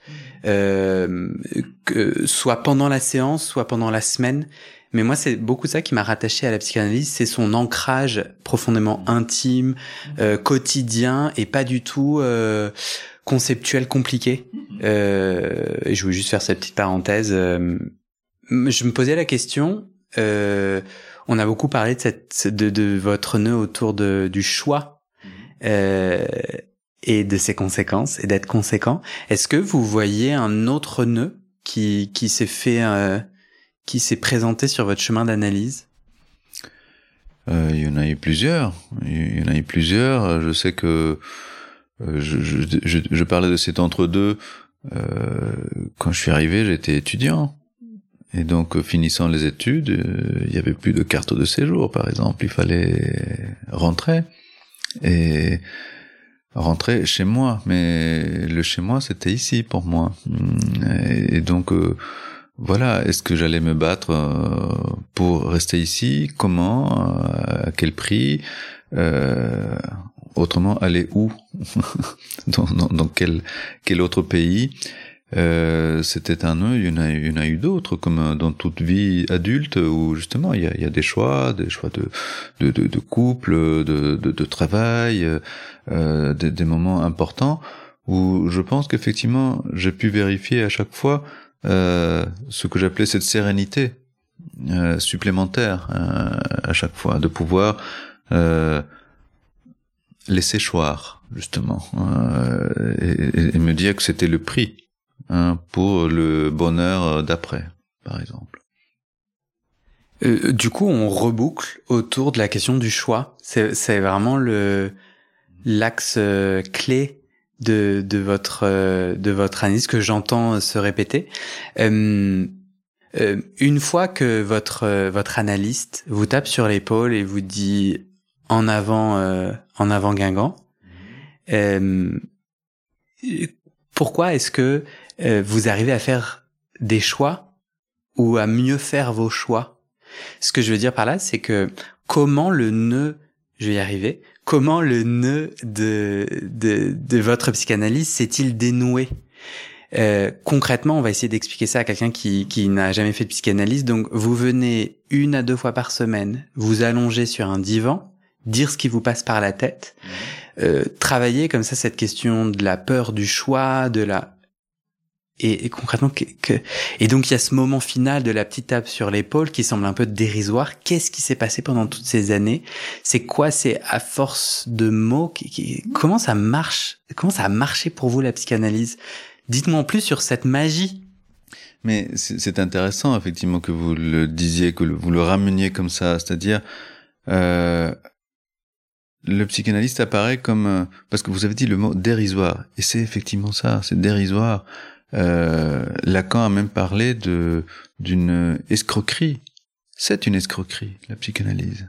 soit pendant la séance, soit pendant la semaine. Mais moi, c'est beaucoup ça qui m'a rattaché à la psychanalyse, c'est son ancrage profondément intime, quotidien et pas du tout conceptuel compliqué. Et je voulais juste faire cette petite parenthèse. Je me posais la question, on a beaucoup parlé de votre nœud autour du choix et de ses conséquences et d'être conséquent. Est-ce que vous voyez un autre nœud qui s'est présenté sur votre chemin d'analyse? Il y en a eu plusieurs. Je sais que je parlais de cet entre-deux quand je suis arrivé, j'étais étudiant. Et donc, finissant les études, il y avait plus de carte de séjour, par exemple. Il fallait rentrer. Et rentrer chez moi. Mais le chez moi, c'était ici pour moi. Et donc, voilà. Est-ce que j'allais me battre pour rester ici? Comment? À quel prix? Autrement, aller où? dans quel autre pays? C'était un nœud, il y en a eu d'autres, comme dans toute vie adulte, où justement il y a des choix de couple, de travail, des moments importants où je pense qu'effectivement j'ai pu vérifier à chaque fois ce que j'appelais cette sérénité supplémentaire à chaque fois, de pouvoir laisser choir justement et me dire que c'était le prix pour le bonheur d'après, par exemple. Du coup, on reboucle autour de la question du choix. C'est vraiment l'axe clé de votre analyse que j'entends se répéter. Une fois que votre analyste vous tape sur l'épaule et vous dit en avant Guingamp, pourquoi est-ce que vous arrivez à faire des choix ou à mieux faire vos choix? Ce que je veux dire par là, c'est que comment le nœud de votre psychanalyse s'est-il dénoué? Concrètement, on va essayer d'expliquer ça à quelqu'un qui n'a jamais fait de psychanalyse. Donc, vous venez 1 à 2 fois par semaine, vous allongez sur un divan, dire ce qui vous passe par la tête, travailler comme ça cette question de la peur du choix, et concrètement et donc il y a ce moment final de la petite tape sur l'épaule qui semble un peu dérisoire. Qu'est-ce qui s'est passé pendant toutes ces années? C'est quoi? C'est à force de mots comment ça marche? Comment ça a marché pour vous la psychanalyse? Dites-moi en plus sur cette magie. Mais c'est intéressant effectivement que vous le disiez, que vous le rameniez comme ça, c'est-à-dire le psychanalyste apparaît comme parce que vous avez dit le mot dérisoire, et c'est effectivement ça, c'est dérisoire. Lacan a même parlé d'une escroquerie. C'est une escroquerie, la psychanalyse.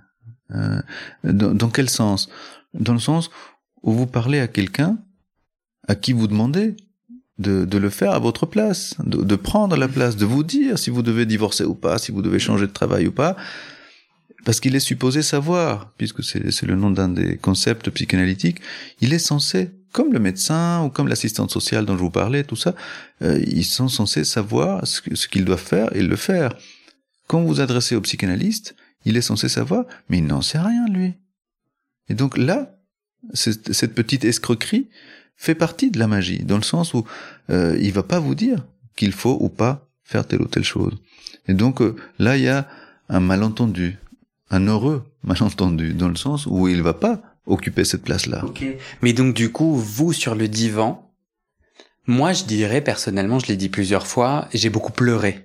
Dans quel sens? Dans le sens où vous parlez à quelqu'un à qui vous demandez de le faire à votre place, de prendre la place, de vous dire si vous devez divorcer ou pas, si vous devez changer de travail ou pas, parce qu'il est supposé savoir, puisque c'est le nom d'un des concepts psychanalytiques, il est censé, comme le médecin ou comme l'assistante sociale dont je vous parlais, tout ça, ils sont censés savoir ce qu'ils doivent faire et le faire. Quand vous vous adressez au psychanalyste, il est censé savoir, mais il n'en sait rien, lui. Et donc là, cette petite escroquerie fait partie de la magie, dans le sens où il va pas vous dire qu'il faut ou pas faire telle ou telle chose. Et donc là, il y a un malentendu, un heureux malentendu, dans le sens où il va pas occuper cette place-là. Okay. Mais donc du coup, vous sur le divan, moi je dirais personnellement, je l'ai dit plusieurs fois, j'ai beaucoup pleuré.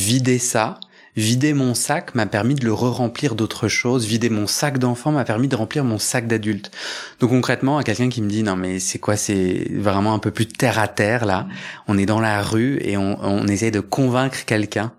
Vider mon sac m'a permis de le re-remplir d'autres choses. Vider mon sac d'enfant m'a permis de remplir mon sac d'adulte. Donc concrètement, à quelqu'un qui me dit non mais c'est quoi, c'est vraiment un peu plus terre à terre là. On est dans la rue et on essaie de convaincre quelqu'un.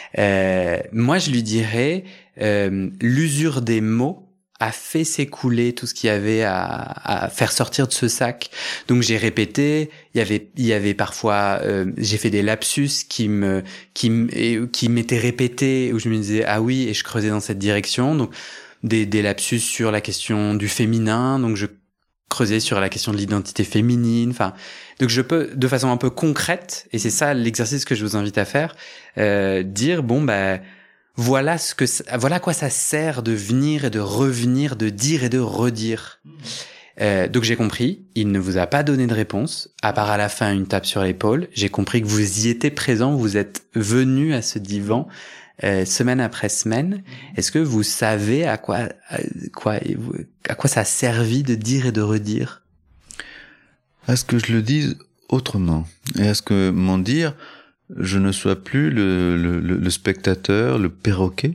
Moi je lui dirais l'usure des mots a fait s'écouler tout ce qu'il y avait à faire sortir de ce sac. Donc j'ai répété, il y avait parfois j'ai fait des lapsus qui m'étaient répétés, où je me disais ah oui, et je creusais dans cette direction. Donc des lapsus sur la question du féminin, donc je creusais sur la question de l'identité féminine, enfin donc je peux de façon un peu concrète, et c'est ça l'exercice que je vous invite à faire, dire bon voilà à quoi ça sert de venir et de revenir, de dire et de redire. Donc j'ai compris, il ne vous a pas donné de réponse, à part à la fin une tape sur l'épaule. J'ai compris que vous y étiez présent, vous êtes venu à ce divan semaine après semaine. Est-ce que vous savez à quoi ça a servi de dire et de redire? À ce que je le dise autrement, et à ce que mon dire, je ne sois plus le spectateur, le perroquet,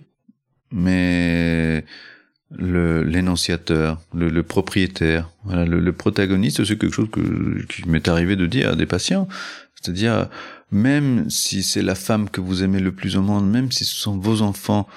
mais l'énonciateur, le propriétaire. Voilà, le protagoniste, c'est quelque chose qui m'est arrivé de dire à des patients. C'est-à-dire, même si c'est la femme que vous aimez le plus au monde, même si ce sont vos enfants,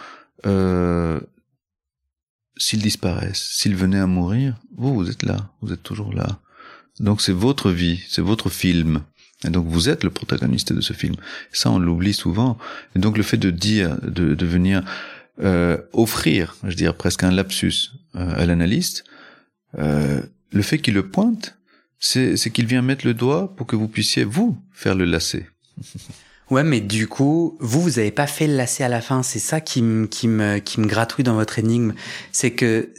s'ils disparaissent, s'ils venaient à mourir, vous êtes là, vous êtes toujours là. Donc c'est votre vie, c'est votre film. Et donc vous êtes le protagoniste de ce film. Ça, on l'oublie souvent. Et donc le fait de dire, de venir offrir, je dirais presque un lapsus à l'analyste, le fait qu'il le pointe, c'est qu'il vient mettre le doigt pour que vous puissiez, vous, faire le lacet. Ouais, mais du coup, vous avez pas fait le lacet à la fin. C'est ça qui me gratouille dans votre énigme. C'est que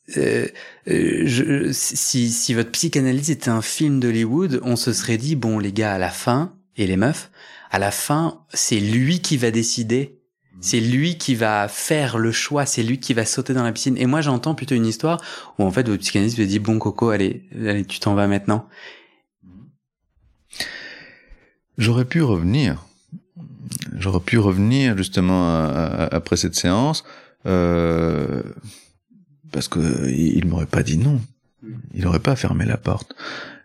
si votre psychanalyse était un film d'Hollywood, on se serait dit, bon, les gars, à la fin, et les meufs, à la fin, c'est lui qui va décider. C'est lui qui va faire le choix. C'est lui qui va sauter dans la piscine. Et moi, j'entends plutôt une histoire où, en fait, votre psychanalyste vous dit, bon, Coco, allez, tu t'en vas maintenant. J'aurais pu revenir justement après cette séance parce que il m'aurait pas dit non, il aurait pas fermé la porte.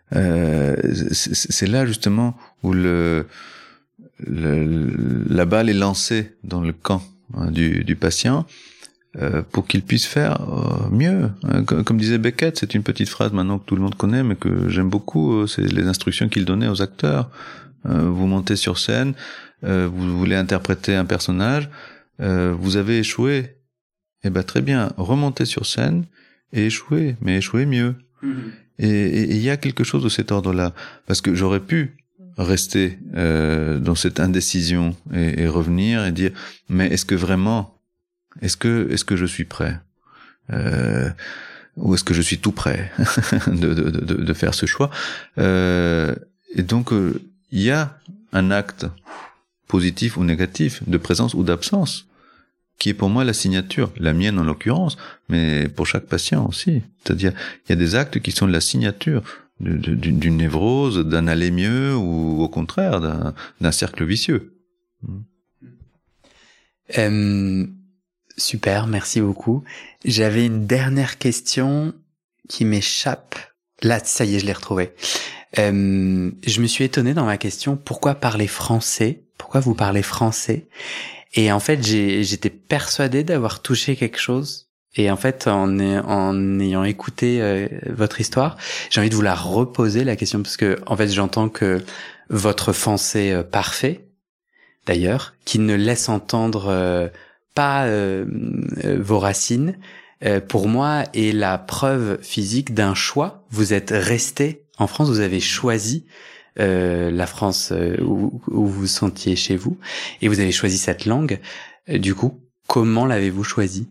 C'est là justement où la balle est lancée dans le camp du patient pour qu'il puisse faire mieux. Comme disait Beckett, c'est une petite phrase maintenant que tout le monde connaît mais que j'aime beaucoup, c'est les instructions qu'il donnait aux acteurs. Vous montez sur scène, vous voulez interpréter un personnage, vous avez échoué. Eh ben très bien, remontez sur scène et échouez, mais échouez mieux. Et il y a quelque chose de cet ordre-là, parce que j'aurais pu rester dans cette indécision et revenir et dire mais est-ce que vraiment, est-ce que je suis prêt, ou est-ce que je suis tout prêt de faire ce choix, et donc il y a un acte positif ou négatif, de présence ou d'absence, qui est pour moi la signature, la mienne en l'occurrence, mais pour chaque patient aussi. C'est-à-dire, il y a des actes qui sont la signature d'une névrose, d'un aller mieux, ou au contraire, d'un cercle vicieux. Super, merci beaucoup. J'avais une dernière question qui m'échappe. Là, ça y est, je l'ai retrouvée. Je me suis étonné dans ma question, pourquoi parler français? Pourquoi vous parlez français? Et en fait, j'étais persuadé d'avoir touché quelque chose. Et en fait, en ayant écouté votre histoire, j'ai envie de vous la reposer, la question, parce que en fait, j'entends que votre français parfait, d'ailleurs, qui ne laisse entendre pas vos racines, pour moi, est la preuve physique d'un choix. Vous êtes resté en France, vous avez choisi la France où vous vous sentiez chez vous, et vous avez choisi cette langue. Du coup, comment l'avez-vous choisi?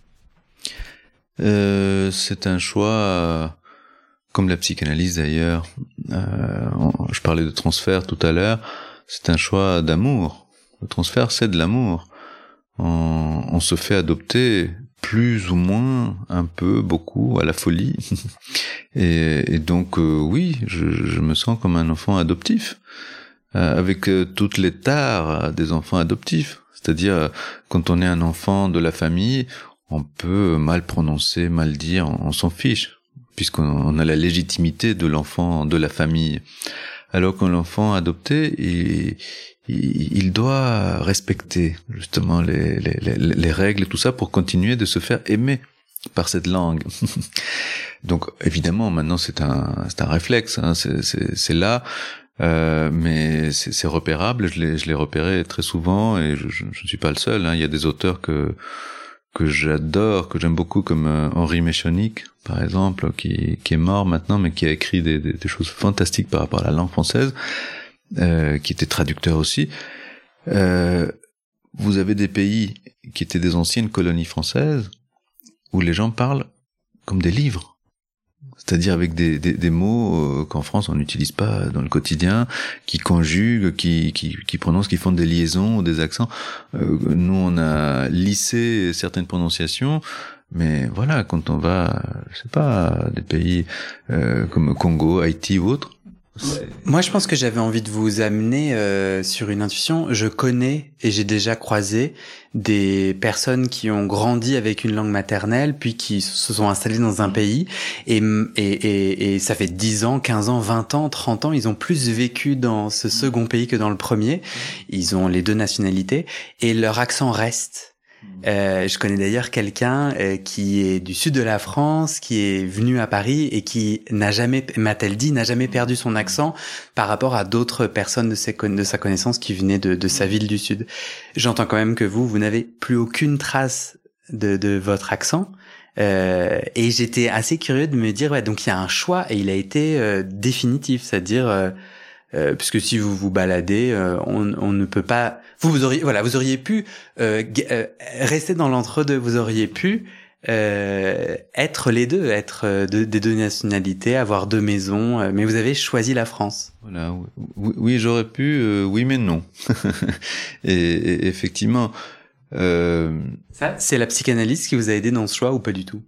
C'est un choix, comme la psychanalyse d'ailleurs. Je parlais de transfert tout à l'heure. C'est un choix d'amour. Le transfert, c'est de l'amour. On se fait adopter plus ou moins, un peu, beaucoup, à la folie. Et donc, oui, je me sens comme un enfant adoptif, avec toutes les tares des enfants adoptifs. C'est-à-dire, quand on est un enfant de la famille, on peut mal prononcer, mal dire, on s'en fiche, puisqu'on a la légitimité de l'enfant de la famille. Alors que l'enfant adopté, il doit respecter justement les règles et tout ça pour continuer de se faire aimer par cette langue. Donc évidemment maintenant c'est un réflexe, hein, c'est là, mais c'est repérable. Je l'ai repéré très souvent et je ne suis pas le seul, hein. Il y a des auteurs que j'adore, que j'aime beaucoup, comme Henri Méchonic par exemple, qui est mort maintenant mais qui a écrit des choses fantastiques par rapport à la langue française. Qui était traducteur aussi. Vous avez des pays qui étaient des anciennes colonies françaises où les gens parlent comme des livres, c'est-à-dire avec des mots qu'en France on n'utilise pas dans le quotidien, qui conjuguent, qui prononcent, qui font des liaisons ou des accents. Nous on a lissé certaines prononciations, mais voilà, quand on va, je sais pas, des pays comme Congo, Haïti ou autres, Moi, je pense que j'avais envie de vous amener sur une intuition. Je connais et j'ai déjà croisé des personnes qui ont grandi avec une langue maternelle, puis qui se sont installées dans un pays, et ça fait 10 ans, 15 ans, 20 ans, 30 ans, ils ont plus vécu dans ce second pays que dans le premier. Ils ont les deux nationalités, et leur accent reste. Je connais d'ailleurs quelqu'un qui est du sud de la France, qui est venu à Paris et qui n'a jamais, m'a-t-elle dit, n'a jamais perdu son accent par rapport à d'autres personnes de sa connaissance qui venaient de sa ville du sud. J'entends quand même que vous n'avez plus aucune trace de votre accent. Et j'étais assez curieux de me dire, ouais, donc il y a un choix et il a été définitif, c'est-à-dire puisque si vous vous baladez, on ne peut pas. Vous auriez pu rester dans l'entre-deux. Vous auriez pu être les deux, être des deux nationalités, avoir deux maisons, mais vous avez choisi la France. Voilà. Oui, j'aurais pu. Oui, mais non. et effectivement. Ça, c'est la psychanalyse qui vous a aidé dans ce choix ou pas du tout?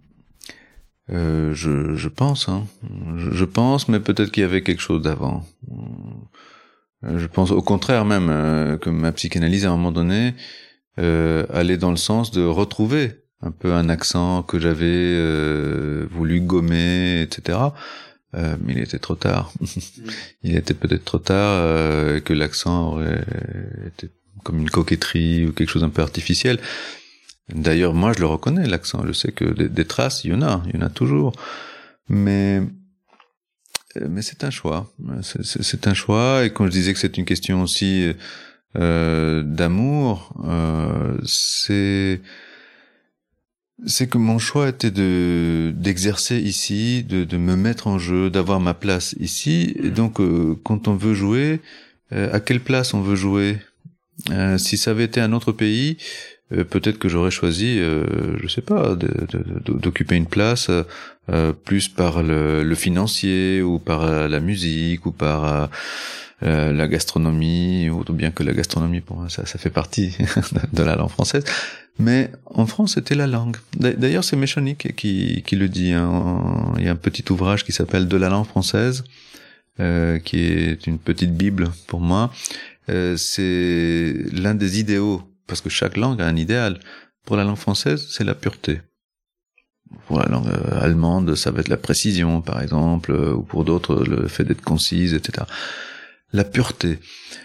Je pense, hein. Je pense, mais peut-être qu'il y avait quelque chose d'avant. Je pense au contraire même que ma psychanalyse à un moment donné allait dans le sens de retrouver un peu un accent que j'avais voulu gommer, etc. Mais il était trop tard. Il était peut-être trop tard, que l'accent aurait été comme une coquetterie ou quelque chose un peu artificiel. D'ailleurs, moi, je le reconnais, l'accent. Je sais que des traces, il y en a toujours. Mais c'est un choix. C'est un choix. Et quand je disais que c'est une question aussi d'amour, c'est que mon choix était d'exercer ici, de me mettre en jeu, d'avoir ma place ici. Et donc, quand on veut jouer, à quelle place on veut jouer? Si ça avait été un autre pays, peut-être que j'aurais choisi, je sais pas, d'occuper une place plus par le financier ou par la musique ou par la gastronomie, ou bien que la gastronomie pour moi ça fait partie de la langue française. Mais en France, c'était la langue. D'ailleurs, c'est Méchonic qui le dit. Hein. Il y a un petit ouvrage qui s'appelle De la langue française, qui est une petite bible pour moi. C'est l'un des idéaux, parce que chaque langue a un idéal. Pour la langue française, c'est la pureté. Pour la langue allemande, ça va être la précision, par exemple, ou pour d'autres, le fait d'être concise, etc. La pureté.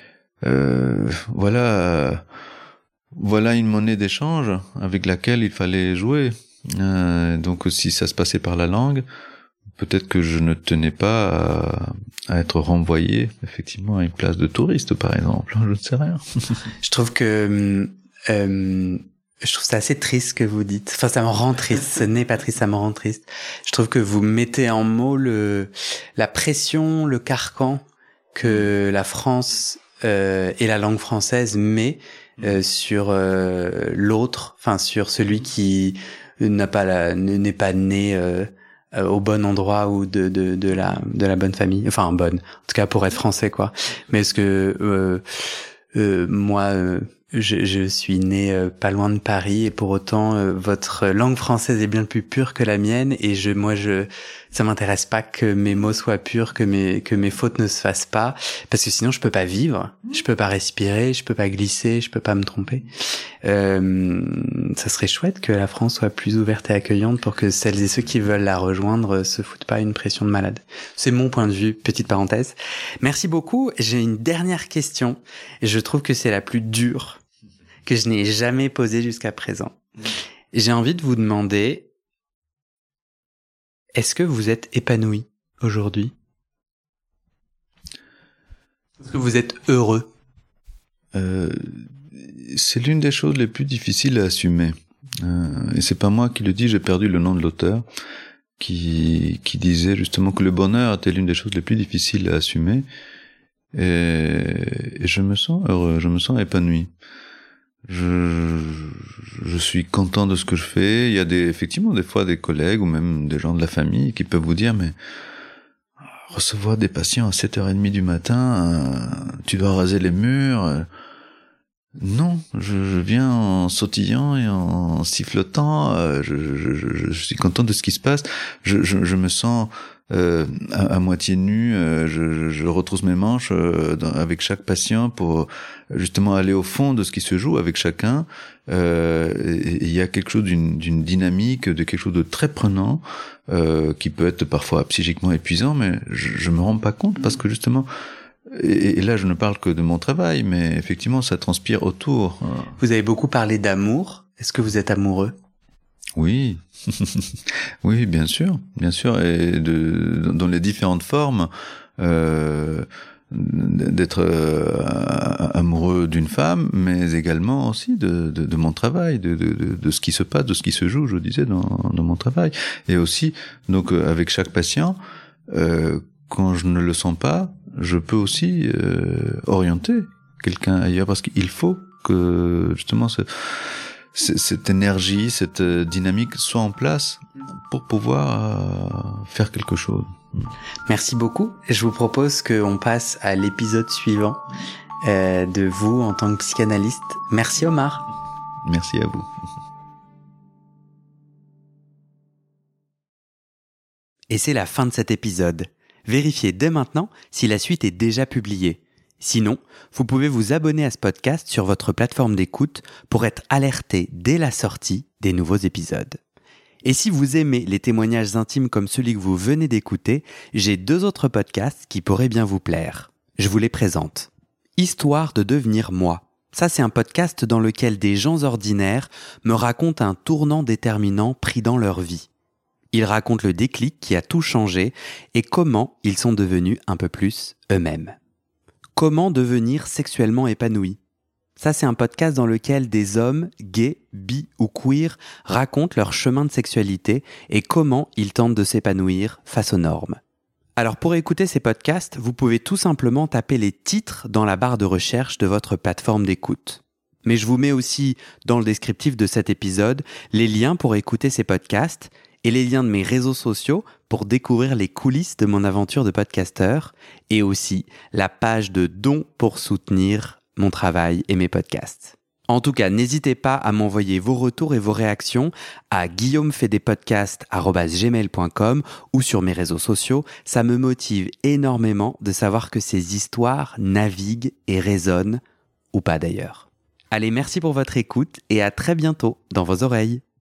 Voilà une monnaie d'échange avec laquelle il fallait jouer. Donc, si ça se passait par la langue, peut-être que je ne tenais pas à être renvoyé, effectivement, à une place de touriste, par exemple. Je ne sais rien. Je trouve que je trouve ça assez triste ce que vous dites. Enfin, ça me rend triste. Ce n'est pas triste, ça me rend triste. Je trouve que vous mettez en mots la pression, le carcan que la France et la langue française met sur l'autre, enfin sur celui qui n'est pas né au bon endroit ou de la bonne famille, enfin bonne, en tout cas pour être français quoi. Mais est-ce que moi je suis né pas loin de Paris et pour autant votre langue française est bien plus pure que la mienne et ça m'intéresse pas que mes mots soient purs, que mes fautes ne se fassent pas, parce que sinon je peux pas vivre, je peux pas respirer, je peux pas glisser, je peux pas me tromper. Ça serait chouette que la France soit plus ouverte et accueillante pour que celles et ceux qui veulent la rejoindre se foutent pas une pression de malade. C'est mon point de vue, petite parenthèse. Merci beaucoup. J'ai une dernière question et je trouve que c'est la plus dure que je n'ai jamais posée jusqu'à présent. J'ai envie de vous demander, est-ce que vous êtes épanoui aujourd'hui? Est-ce que vous êtes heureux? C'est l'une des choses les plus difficiles à assumer. Et c'est pas moi qui le dis, j'ai perdu le nom de l'auteur, qui disait justement que le bonheur était l'une des choses les plus difficiles à assumer. Et je me sens heureux, je me sens épanoui. Je suis content de ce que je fais. Il y a effectivement des fois des collègues ou même des gens de la famille qui peuvent vous dire mais recevoir des patients à 7h30 du matin, tu dois raser les murs. Non, je viens en sautillant et en sifflotant. Je suis content de ce qui se passe. Je me sens à moitié nu. Je retrousse mes manches avec chaque patient pour justement aller au fond de ce qui se joue avec chacun. Il y a quelque chose d'une dynamique, de quelque chose de très prenant qui peut être parfois psychiquement épuisant, mais je me rends pas compte parce que justement. Et là, je ne parle que de mon travail, mais effectivement, ça transpire autour. Vous avez beaucoup parlé d'amour. Est-ce que vous êtes amoureux ? Oui, oui, bien sûr, et dans les différentes formes d'être amoureux d'une femme, mais également aussi de mon travail, de ce qui se passe, de ce qui se joue, je disais, dans mon travail, et aussi donc avec chaque patient. Quand je ne le sens pas, je peux aussi orienter quelqu'un ailleurs parce qu'il faut que justement cette énergie, cette dynamique soit en place pour pouvoir faire quelque chose. Merci beaucoup. Je vous propose qu'on passe à l'épisode suivant de vous en tant que psychanalyste. Merci Omar. Merci à vous. Et c'est la fin de cet épisode. Vérifiez dès maintenant si la suite est déjà publiée. Sinon, vous pouvez vous abonner à ce podcast sur votre plateforme d'écoute pour être alerté dès la sortie des nouveaux épisodes. Et si vous aimez les témoignages intimes comme celui que vous venez d'écouter, j'ai 2 autres podcasts qui pourraient bien vous plaire. Je vous les présente. Histoire de devenir moi. Ça, c'est un podcast dans lequel des gens ordinaires me racontent un tournant déterminant pris dans leur vie. Ils racontent le déclic qui a tout changé et comment ils sont devenus un peu plus eux-mêmes. Comment devenir sexuellement épanoui ? Ça, c'est un podcast dans lequel des hommes, gays, bi ou queer, racontent leur chemin de sexualité et comment ils tentent de s'épanouir face aux normes. Alors pour écouter ces podcasts, vous pouvez tout simplement taper les titres dans la barre de recherche de votre plateforme d'écoute. Mais je vous mets aussi dans le descriptif de cet épisode les liens pour écouter ces podcasts et les liens de mes réseaux sociaux pour découvrir les coulisses de mon aventure de podcasteur et aussi la page de dons pour soutenir mon travail et mes podcasts. En tout cas, n'hésitez pas à m'envoyer vos retours et vos réactions à guillaumefaidespodcasts@gmail.com ou sur mes réseaux sociaux. Ça me motive énormément de savoir que ces histoires naviguent et résonnent, ou pas d'ailleurs. Allez, merci pour votre écoute et à très bientôt dans vos oreilles.